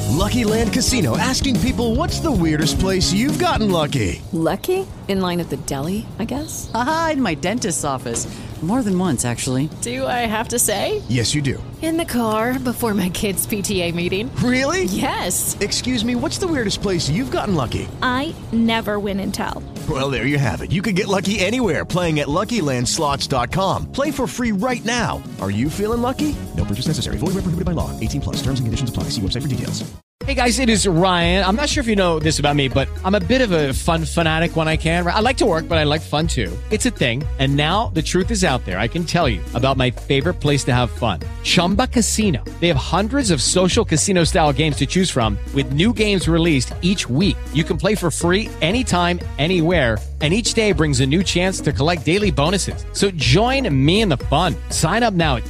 Lucky Land Casino, asking people, what's the weirdest place you've gotten lucky? Lucky? In line at the deli, I guess? Aha, in my dentist's office. More than once, actually. Do I have to say? Yes, you do. In the car before my kids' PTA meeting. Really? Yes. Excuse me, what's the weirdest place you've gotten lucky? I never win and tell. Well, there you have it. You can get lucky anywhere, playing at LuckyLandSlots.com. Play for free right now. Are you feeling lucky? No purchase necessary. Void where prohibited by law. 18 plus. Terms and conditions apply. See website for details. Hey guys, it is Ryan. I'm not sure if you know this about me, but I'm a bit of a fun fanatic when I can. I like to work, but I like fun too. It's a thing. And now the truth is out there. I can tell you about my favorite place to have fun. Chumba Casino. They have hundreds of social casino style games to choose from with new games released each week. You can play for free anytime, anywhere. And each day brings a new chance to collect daily bonuses. So join me in the fun. Sign up now at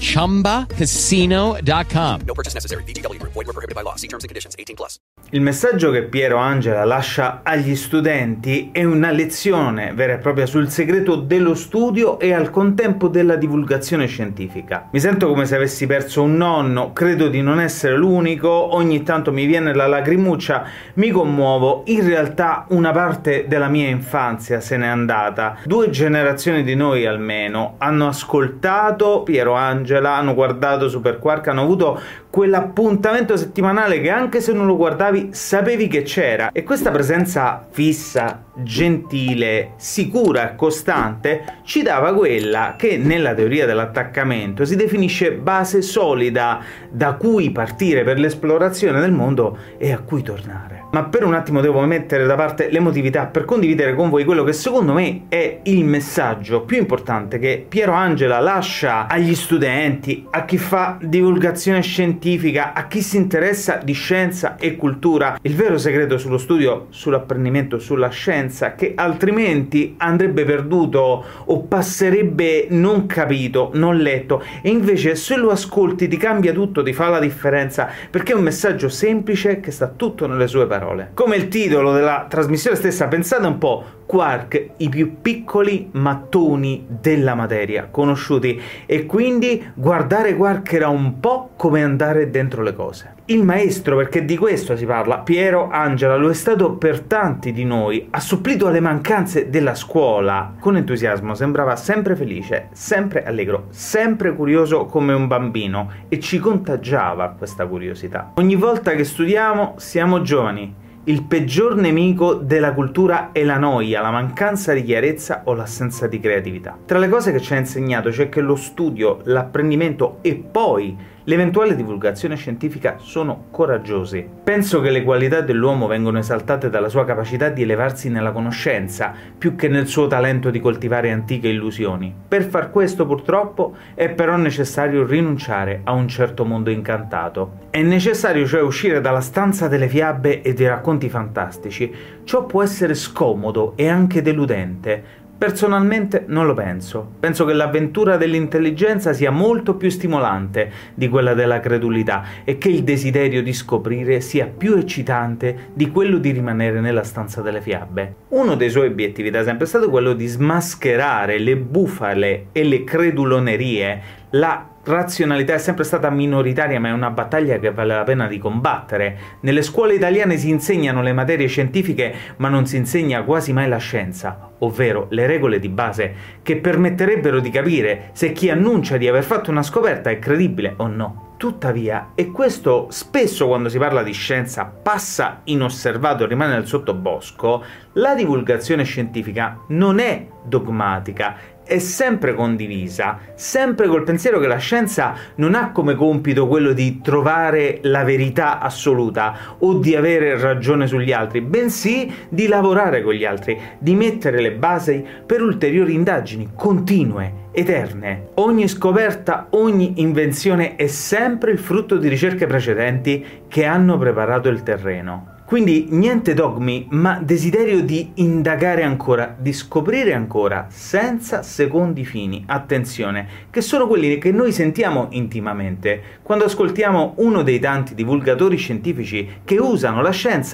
ChumbaCasino.com. No purchase necessary. VGW Group. Void where prohibited by law. See terms and conditions. 18 plus. Il messaggio che Piero Angela lascia agli studenti è una lezione vera e propria sul segreto dello studio e al contempo della divulgazione scientifica. Mi sento come se avessi perso un nonno, credo di non essere l'unico, ogni tanto mi viene la lacrimuccia, mi commuovo, in realtà una parte della mia infanzia se n'è andata. 2 generazioni di noi almeno hanno ascoltato Piero Angela, hanno guardato Super Quark, hanno avuto quell'appuntamento settimanale che anche se non lo guardavi sapevi che c'era, e questa presenza fissa, gentile, sicura e costante ci dava quella che nella teoria dell'attaccamento si definisce base solida da cui partire per l'esplorazione del mondo e a cui tornare. Ma per un attimo devo mettere da parte l'emotività per condividere con voi quello che secondo me è il messaggio più importante che Piero Angela lascia agli studenti, a chi fa divulgazione scientifica, a chi si interessa di scienza e cultura, il vero segreto sullo studio, sull'apprendimento, sulla scienza, che altrimenti andrebbe perduto o passerebbe non capito, non letto, e invece se lo ascolti ti cambia tutto, ti fa la differenza, perché è un messaggio semplice che sta tutto nelle sue parole. Come il titolo della trasmissione stessa, pensate un po', quark, i più piccoli mattoni della materia conosciuti, e quindi guardare quark era un po' come andare dentro le cose. Il maestro, perché di questo si parla, Piero Angela, lo è stato per tanti di noi, ha supplito alle mancanze della scuola con entusiasmo, sembrava sempre felice, sempre allegro, sempre curioso come un bambino, e ci contagiava questa curiosità. Ogni volta che studiamo siamo giovani. Il peggior nemico della cultura è la noia, la mancanza di chiarezza o l'assenza di creatività. Tra le cose che ci ha insegnato c'è che lo studio, l'apprendimento e poi l'eventuale divulgazione scientifica sono coraggiosi. Penso che le qualità dell'uomo vengono esaltate dalla sua capacità di elevarsi nella conoscenza, più che nel suo talento di coltivare antiche illusioni. Per far questo, purtroppo, è però necessario rinunciare a un certo mondo incantato. È necessario cioè uscire dalla stanza delle fiabe e dei racconti fantastici. Ciò può essere scomodo e anche deludente. Personalmente non lo penso. Penso che l'avventura dell'intelligenza sia molto più stimolante di quella della credulità e che il desiderio di scoprire sia più eccitante di quello di rimanere nella stanza delle fiabe. Uno dei suoi obiettivi da sempre è stato quello di smascherare le bufale e le credulonerie. La razionalità è sempre stata minoritaria, ma è una battaglia che vale la pena di combattere. Nelle scuole italiane si insegnano le materie scientifiche, ma non si insegna quasi mai la scienza, ovvero le regole di base che permetterebbero di capire se chi annuncia di aver fatto una scoperta è credibile o no. Tuttavia, e questo spesso quando si parla di scienza passa inosservato, rimane nel sottobosco, la divulgazione scientifica non è dogmatica, è sempre condivisa, sempre col pensiero che la scienza non ha come compito quello di trovare la verità assoluta o di avere ragione sugli altri, bensì di lavorare con gli altri, di mettere le basi per ulteriori indagini continue, eterne. Ogni scoperta, ogni invenzione è sempre il frutto di ricerche precedenti che hanno preparato il terreno. Quindi niente dogmi, ma desiderio di indagare ancora, di scoprire ancora, senza secondi fini, attenzione, che sono quelli che noi sentiamo intimamente quando ascoltiamo uno dei tanti divulgatori scientifici che usano la scienza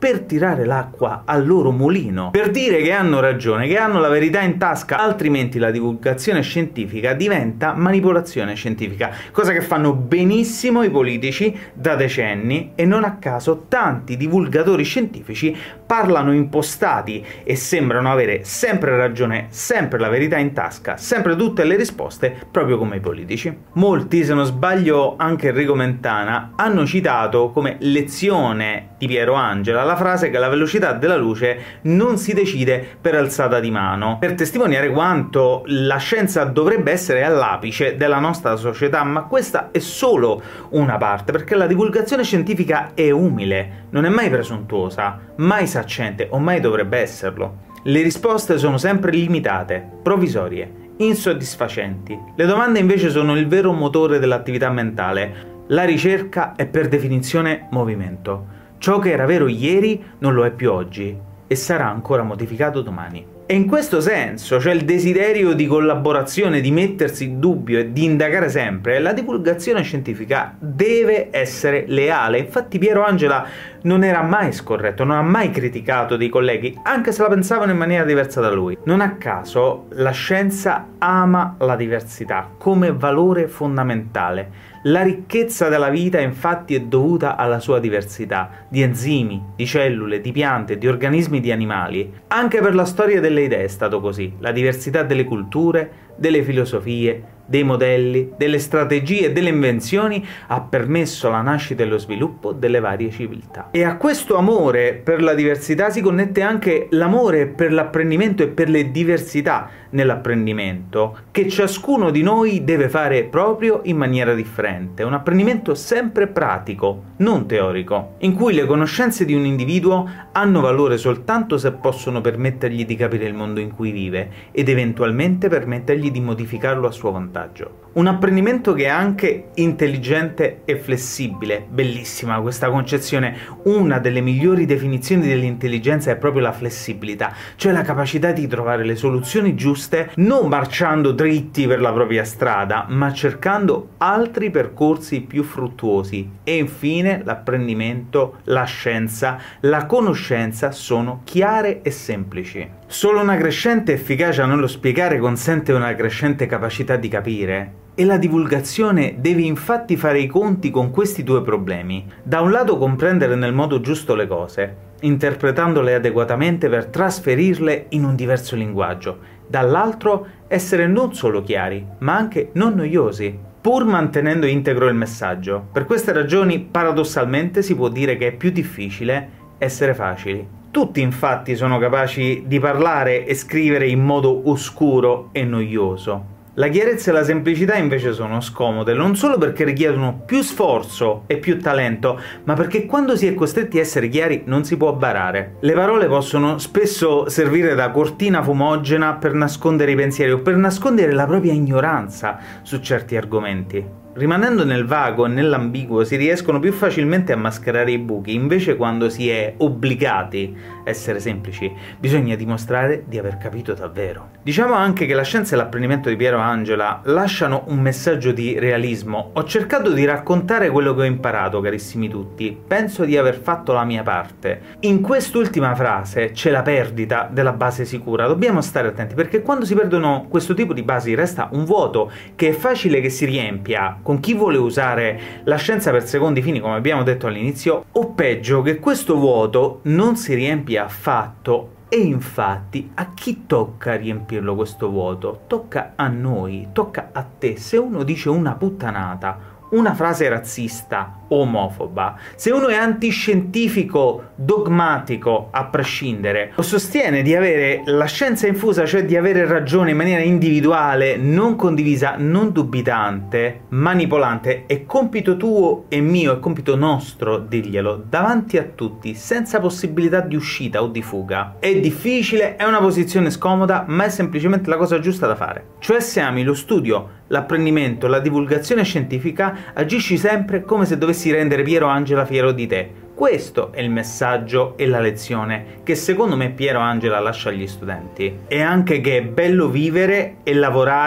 per tirare l'acqua al loro mulino, per dire che hanno ragione, che hanno la verità in tasca, altrimenti la divulgazione scientifica diventa manipolazione scientifica, cosa che fanno benissimo i politici da decenni, e non a caso tanti divulgatori scientifici parlano impostati e sembrano avere sempre ragione, sempre la verità in tasca, sempre tutte le risposte, proprio come i politici. Molti, se non sbaglio anche Enrico Mentana, hanno citato come lezione di Piero Angela la frase che la velocità della luce non si decide per alzata di mano, per testimoniare quanto la scienza dovrebbe essere all'apice della nostra società, ma questa è solo una parte, perché la divulgazione scientifica è umile, non è mai presuntuosa, mai saccente, o mai dovrebbe esserlo. Le risposte sono sempre limitate, provvisorie, insoddisfacenti. Le domande invece sono il vero motore dell'attività mentale. La ricerca è per definizione movimento. Ciò che era vero ieri non lo è più oggi e sarà ancora modificato domani. E in questo senso, cioè il desiderio di collaborazione, di mettersi in dubbio e di indagare sempre, la divulgazione scientifica deve essere leale. Infatti Piero Angela non era mai scorretto, non ha mai criticato dei colleghi, anche se la pensavano in maniera diversa da lui. Non a caso la scienza ama la diversità come valore fondamentale. La ricchezza della vita infatti è dovuta alla sua diversità, di enzimi, di cellule, di piante, di organismi, di animali. Anche per la storia delle idee è stato così. La diversità delle culture, delle filosofie, dei modelli, delle strategie e delle invenzioni ha permesso la nascita e lo sviluppo delle varie civiltà. E a questo amore per la diversità si connette anche l'amore per l'apprendimento e per le diversità nell'apprendimento, che ciascuno di noi deve fare proprio in maniera differente. Un apprendimento sempre pratico, non teorico, in cui le conoscenze di un individuo hanno valore soltanto se possono permettergli di capire il mondo in cui vive ed eventualmente permettergli di modificarlo a suo vantaggio. Un apprendimento che è anche intelligente e flessibile. Bellissima questa concezione. Una delle migliori definizioni dell'intelligenza è proprio la flessibilità, cioè la capacità di trovare le soluzioni giuste non marciando dritti per la propria strada, ma cercando altri percorsi più fruttuosi. E infine l'apprendimento, la scienza, la conoscenza sono chiare e semplici. Solo una crescente efficacia nello spiegare consente una crescente capacità di capire. E la divulgazione deve infatti fare i conti con questi due problemi. Da un lato comprendere nel modo giusto le cose, interpretandole adeguatamente per trasferirle in un diverso linguaggio. Dall'altro essere non solo chiari, ma anche non noiosi, pur mantenendo integro il messaggio. Per queste ragioni, paradossalmente, si può dire che è più difficile essere facili. Tutti infatti sono capaci di parlare e scrivere in modo oscuro e noioso. La chiarezza e la semplicità invece sono scomode, non solo perché richiedono più sforzo e più talento, ma perché quando si è costretti a essere chiari non si può barare. Le parole possono spesso servire da cortina fumogena per nascondere i pensieri o per nascondere la propria ignoranza su certi argomenti. Rimanendo nel vago e nell'ambiguo si riescono più facilmente a mascherare i buchi, invece quando si è obbligati a essere semplici bisogna dimostrare di aver capito davvero. Diciamo anche che la scienza e l'apprendimento di Piero Angela lasciano un messaggio di realismo. Ho cercato di raccontare quello che ho imparato, carissimi tutti, penso di aver fatto la mia parte. In quest'ultima frase c'è la perdita della base sicura, dobbiamo stare attenti perché quando si perdono questo tipo di basi resta un vuoto che è facile che si riempia con chi vuole usare la scienza per secondi fini, come abbiamo detto all'inizio, o peggio che questo vuoto non si riempia affatto. E infatti a chi tocca riempirlo questo vuoto? Tocca a noi, tocca a te. Se uno dice una puttanata, una frase razzista, omofoba, se uno è antiscientifico, dogmatico, a prescindere, o sostiene di avere la scienza infusa, cioè di avere ragione in maniera individuale, non condivisa, non dubitante, manipolante, è compito tuo e mio, è compito nostro dirglielo davanti a tutti, senza possibilità di uscita o di fuga. È difficile, è una posizione scomoda, ma è semplicemente la cosa giusta da fare. Cioè se ami lo studio, l'apprendimento, la divulgazione scientifica, agisci sempre come se dovessi rendere Piero Angela fiero di te. Questo è il messaggio e la lezione che secondo me Piero Angela lascia agli studenti. E anche che è bello vivere e lavorare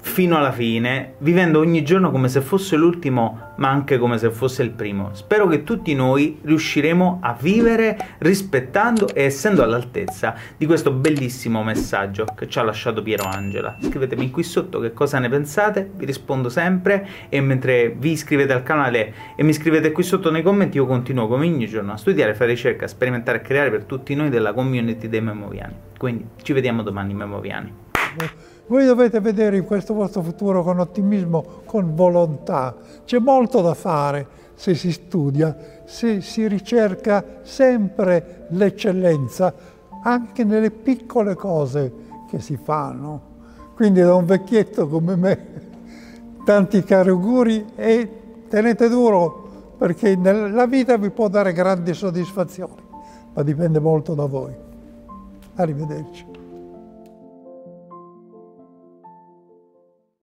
fino alla fine, vivendo ogni giorno come se fosse l'ultimo, ma anche come se fosse il primo. Spero che tutti noi riusciremo a vivere rispettando e essendo all'altezza di questo bellissimo messaggio che ci ha lasciato Piero Angela. Scrivetemi qui sotto che cosa ne pensate, vi rispondo sempre, e mentre vi iscrivete al canale e mi scrivete qui sotto nei commenti, io continuo come ogni giorno a studiare, fare ricerca, sperimentare e creare per tutti noi della community dei memoviani. Quindi ci vediamo domani, memoviani. Voi dovete vedere in questo vostro futuro con ottimismo, con volontà. C'è molto da fare se si studia, se si ricerca sempre l'eccellenza, anche nelle piccole cose che si fanno. Quindi da un vecchietto come me, tanti cari auguri e tenete duro, perché la vita vi può dare grandi soddisfazioni, ma dipende molto da voi. Arrivederci.